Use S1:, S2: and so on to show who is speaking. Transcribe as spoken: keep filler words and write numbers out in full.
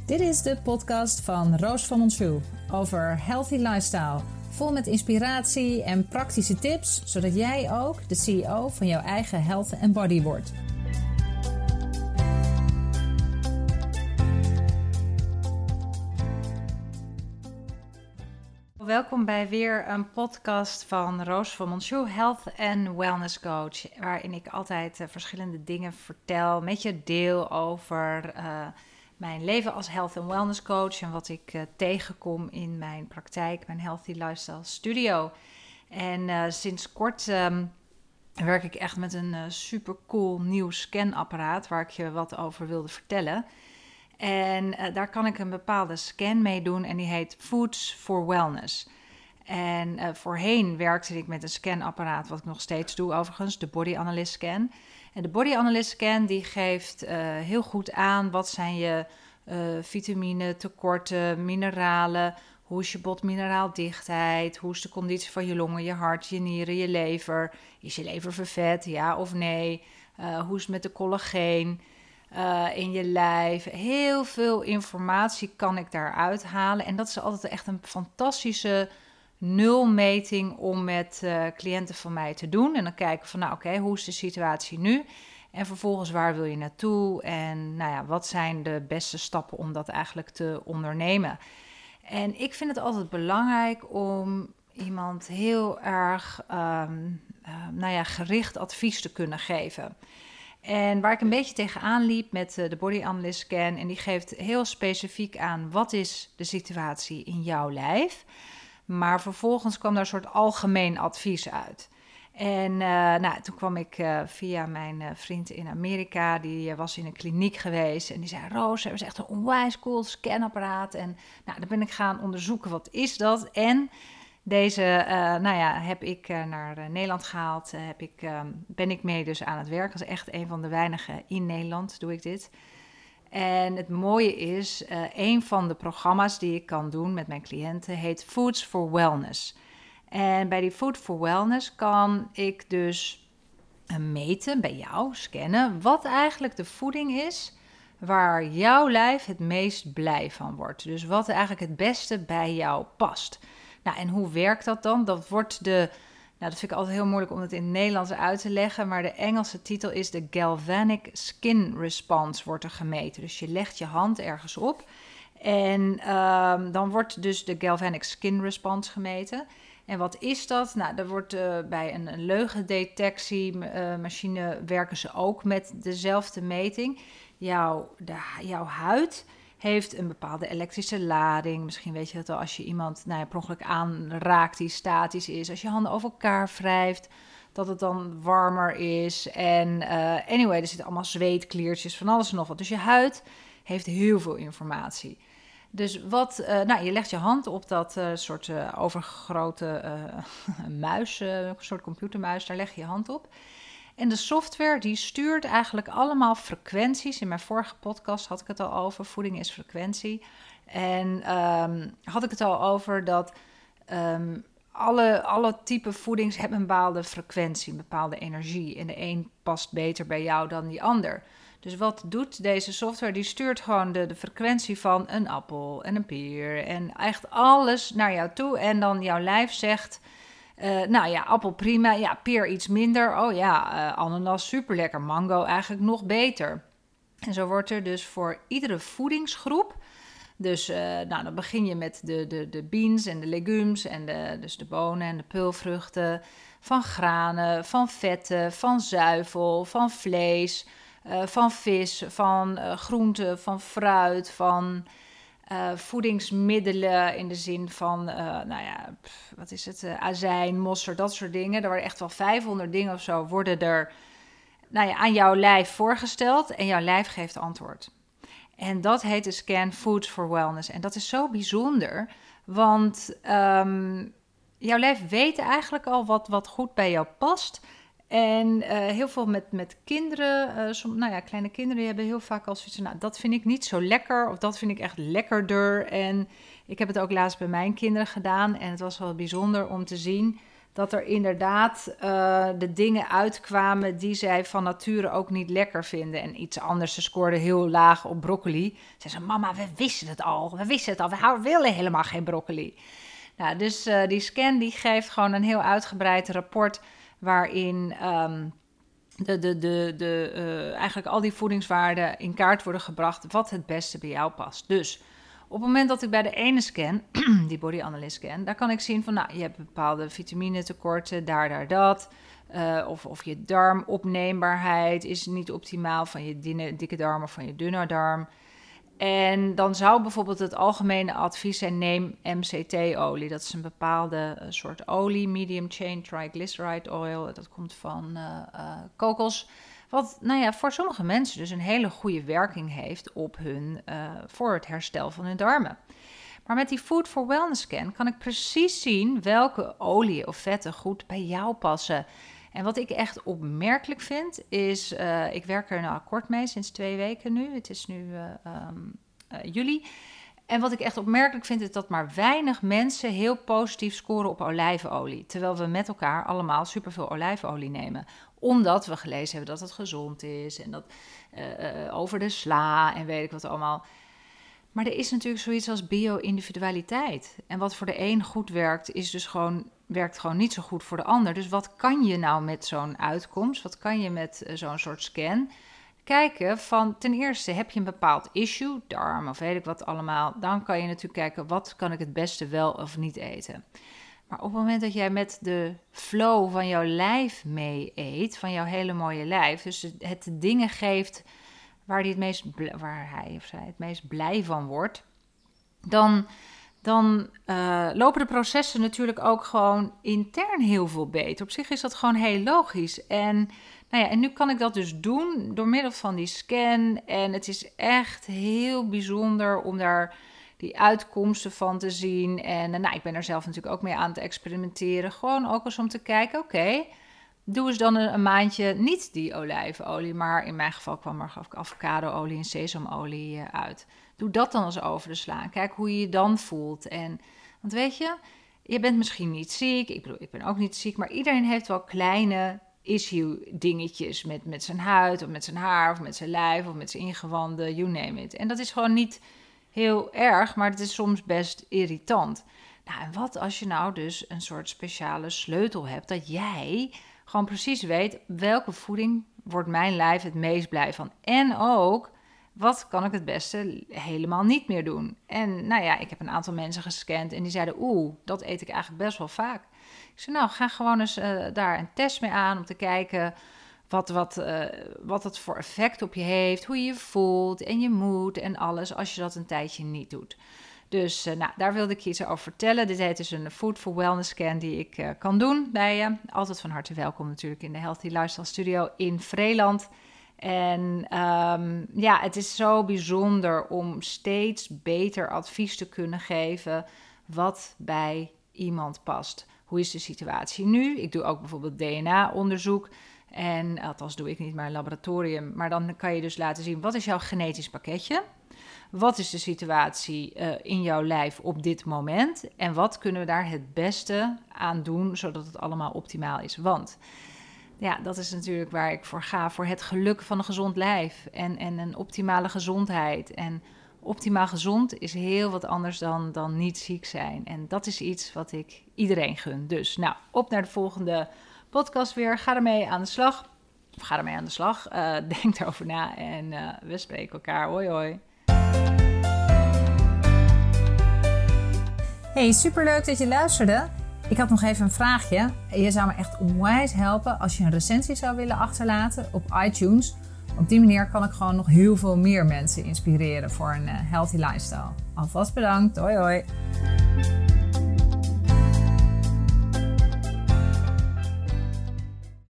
S1: Dit is de podcast van Roos van Montsou over healthy lifestyle. Vol met inspiratie en praktische tips, zodat jij ook de C E O van jouw eigen health en body wordt. Welkom bij weer een podcast van Roos van Montsou, Health and Wellness Coach. Waarin ik altijd uh, verschillende dingen vertel, met je deel over uh, mijn leven als Health and Wellness Coach. En wat ik uh, tegenkom in mijn praktijk, mijn Healthy Lifestyle Studio. En uh, sinds kort um, werk ik echt met een uh, super cool nieuw scanapparaat waar ik je wat over wilde vertellen. En uh, daar kan ik een bepaalde scan mee doen en die heet Foods for Wellness. En uh, voorheen werkte ik met een scanapparaat, wat ik nog steeds doe overigens, de Body Analyst Scan. En de Body Analyst Scan die geeft uh, heel goed aan wat zijn je uh, vitamine, tekorten, mineralen, hoe is je botmineraaldichtheid, hoe is de conditie van je longen, je hart, je nieren, je lever. Is je lever vervet, ja of nee? Uh, hoe is het met de collageen? Uh, in je lijf. Heel veel informatie kan ik daaruit halen. En dat is altijd echt een fantastische nulmeting om met uh, cliënten van mij te doen. En dan kijken van, nou oké, okay, hoe is de situatie nu? En vervolgens, waar wil je naartoe? En nou ja, wat zijn de beste stappen om dat eigenlijk te ondernemen? En ik vind het altijd belangrijk om iemand heel erg um, uh, nou ja, gericht advies te kunnen geven. En waar ik een beetje tegenaan liep met de Body Analyst Scan, en die geeft heel specifiek aan wat is de situatie in jouw lijf. Maar vervolgens kwam daar een soort algemeen advies uit. En uh, nou, toen kwam ik uh, via mijn uh, vriend in Amerika, die uh, was in een kliniek geweest. En die zei, Roos, dat is echt een onwijs cool scanapparaat. En nou, dan ben ik gaan onderzoeken, wat is dat? En Deze uh, nou ja, heb ik uh, naar uh, Nederland gehaald, uh, heb ik, um, ben ik mee dus aan het werk. Dat is echt een van de weinigen in Nederland, doe ik dit. En het mooie is, uh, een van de programma's die ik kan doen met mijn cliënten heet Foods for Wellness. En bij die Food for Wellness kan ik dus uh, meten bij jou, scannen, wat eigenlijk de voeding is waar jouw lijf het meest blij van wordt. Dus wat eigenlijk het beste bij jou past. Nou, en hoe werkt dat dan? Dat wordt de, nou, dat vind ik altijd heel moeilijk om het in het Nederlands uit te leggen, maar de Engelse titel is de Galvanic Skin Response wordt er gemeten. Dus je legt je hand ergens op en um, dan wordt dus de Galvanic Skin Response gemeten. En wat is dat? Nou, er wordt uh, bij een, een leugendetectiemachine uh, werken ze ook met dezelfde meting. Jouw, de, jouw huid heeft een bepaalde elektrische lading. Misschien weet je dat al als je iemand nou ja, per ongeluk aanraakt die statisch is. Als je handen over elkaar wrijft, dat het dan warmer is. En uh, anyway, er zitten allemaal zweetkliertjes, van alles en nog wat. Dus je huid heeft heel veel informatie. Dus wat, uh, nou, je legt je hand op dat uh, soort uh, overgrote uh, muis, uh, een soort computermuis, daar leg je je hand op. En de software die stuurt eigenlijk allemaal frequenties. In mijn vorige podcast had ik het al over, voeding is frequentie. En um, had ik het al over dat um, alle, alle type voedings hebben een bepaalde frequentie, een bepaalde energie. En de een past beter bij jou dan die ander. Dus wat doet deze software? Die stuurt gewoon de, de frequentie van een appel en een peer en echt alles naar jou toe. En dan jouw lijf zegt, Uh, nou ja, appel prima, ja, peer iets minder. Oh ja, uh, ananas super lekker, mango eigenlijk nog beter. En zo wordt er dus voor iedere voedingsgroep, dus uh, nou, dan begin je met de, de, de beans en de legumes, en de, dus de bonen en de peulvruchten, van granen, van vetten, van zuivel, van vlees, uh, van vis, van uh, groenten, van fruit, van Uh, voedingsmiddelen in de zin van, uh, nou ja, pff, wat is het, uh, azijn, mosterd, dat soort dingen. Er worden echt wel vijfhonderd dingen of zo, worden er nou ja, aan jouw lijf voorgesteld en jouw lijf geeft antwoord. En dat heet de scan Foods for Wellness. En dat is zo bijzonder, want um, jouw lijf weet eigenlijk al wat, wat goed bij jou past. En uh, heel veel met, met kinderen, uh, som, nou ja, kleine kinderen, die hebben heel vaak al zoiets van, nou, dat vind ik niet zo lekker, of dat vind ik echt lekkerder. En ik heb het ook laatst bij mijn kinderen gedaan en het was wel bijzonder om te zien dat er inderdaad uh, de dingen uitkwamen die zij van nature ook niet lekker vinden. En iets anders, ze scoorde heel laag op broccoli. Ze zei, mama, we wisten het al, we wisten het al, we willen helemaal geen broccoli. Nou, dus uh, die scan die geeft gewoon een heel uitgebreid rapport waarin um, de, de, de, de, uh, eigenlijk al die voedingswaarden in kaart worden gebracht wat het beste bij jou past. Dus op het moment dat ik bij de ene scan, die Body Analyst scan, daar kan ik zien van, nou, je hebt bepaalde vitaminetekorten, daar, daar, dat. Uh, of, of je darmopneembaarheid is niet optimaal van je dinne, dikke darm of van je dunne darm. En dan zou bijvoorbeeld het algemene advies zijn, neem M C T-olie. Dat is een bepaalde uh, soort olie, medium chain triglyceride oil. Dat komt van uh, uh, kokos. Wat, nou ja, voor sommige mensen dus een hele goede werking heeft op hun, uh, voor het herstel van hun darmen. Maar met die Food for Wellness scan kan ik precies zien welke olie of vetten goed bij jou passen. En wat ik echt opmerkelijk vind is, uh, ik werk er nou kort mee, sinds twee weken nu. Het is nu uh, um, uh, juli. En wat ik echt opmerkelijk vind is dat maar weinig mensen heel positief scoren op olijfolie. Terwijl we met elkaar allemaal superveel olijfolie nemen. Omdat we gelezen hebben dat het gezond is en dat uh, uh, over de sla en weet ik wat allemaal. Maar er is natuurlijk zoiets als bio-individualiteit. En wat voor de een goed werkt, is dus gewoon, werkt gewoon niet zo goed voor de ander. Dus wat kan je nou met zo'n uitkomst? Wat kan je met uh, zo'n soort scan? Kijken van, ten eerste, heb je een bepaald issue, darm of weet ik wat allemaal. Dan kan je natuurlijk kijken, wat kan ik het beste wel of niet eten? Maar op het moment dat jij met de flow van jouw lijf mee eet, van jouw hele mooie lijf, dus het de dingen geeft waar, die het meest, waar hij of zij het meest blij van wordt, dan, dan uh, lopen de processen natuurlijk ook gewoon intern heel veel beter. Op zich is dat gewoon heel logisch. En, nou ja, en nu kan ik dat dus doen door middel van die scan. En het is echt heel bijzonder om daar die uitkomsten van te zien. En nou, ik ben er zelf natuurlijk ook mee aan te experimenteren. Gewoon ook eens om te kijken, oké, okay, doe eens dan een, een maandje niet die olijfolie, maar in mijn geval kwam er avocadoolie en sesamolie uit. Doe dat dan eens over de sla. Kijk hoe je je dan voelt. En, want weet je, je bent misschien niet ziek. Ik bedoel, ik ben ook niet ziek, maar iedereen heeft wel kleine issue dingetjes met, met zijn huid of met zijn haar of met zijn lijf of met zijn ingewanden, you name it. En dat is gewoon niet heel erg, maar het is soms best irritant. Nou, en wat als je nou dus een soort speciale sleutel hebt, dat jij gewoon precies weet welke voeding wordt mijn lijf het meest blij van. En ook, wat kan ik het beste helemaal niet meer doen? En nou ja, ik heb een aantal mensen gescand en die zeiden, oeh, dat eet ik eigenlijk best wel vaak. Ik zei, nou, ga gewoon eens uh, daar een test mee aan om te kijken wat, wat, uh, wat het voor effect op je heeft, hoe je je voelt en je moed en alles als je dat een tijdje niet doet. Dus uh, nou, daar wilde ik je iets over vertellen. Dit heet dus een Food for Wellness scan die ik uh, kan doen bij je. Altijd van harte welkom natuurlijk in de Healthy Lifestyle Studio in Vreeland. En um, ja, het is zo bijzonder om steeds beter advies te kunnen geven wat bij iemand past. Hoe is de situatie nu? Ik doe ook bijvoorbeeld D N A-onderzoek. En althans doe ik niet, maar een laboratorium. Maar dan kan je dus laten zien, wat is jouw genetisch pakketje? Wat is de situatie uh, in jouw lijf op dit moment? En wat kunnen we daar het beste aan doen, zodat het allemaal optimaal is? Want ja, dat is natuurlijk waar ik voor ga. Voor het geluk van een gezond lijf en, en een optimale gezondheid. En optimaal gezond is heel wat anders dan, dan niet ziek zijn. En dat is iets wat ik iedereen gun. Dus nou, op naar de volgende podcast weer. Ga ermee aan de slag. Of ga ermee aan de slag. Uh, denk erover na en uh, we spreken elkaar. Hoi hoi.
S2: Hey, superleuk dat je luisterde. Ik had nog even een vraagje. Je zou me echt onwijs helpen als je een recensie zou willen achterlaten op iTunes. Op die manier kan ik gewoon nog heel veel meer mensen inspireren voor een healthy lifestyle. Alvast bedankt. Hoi hoi.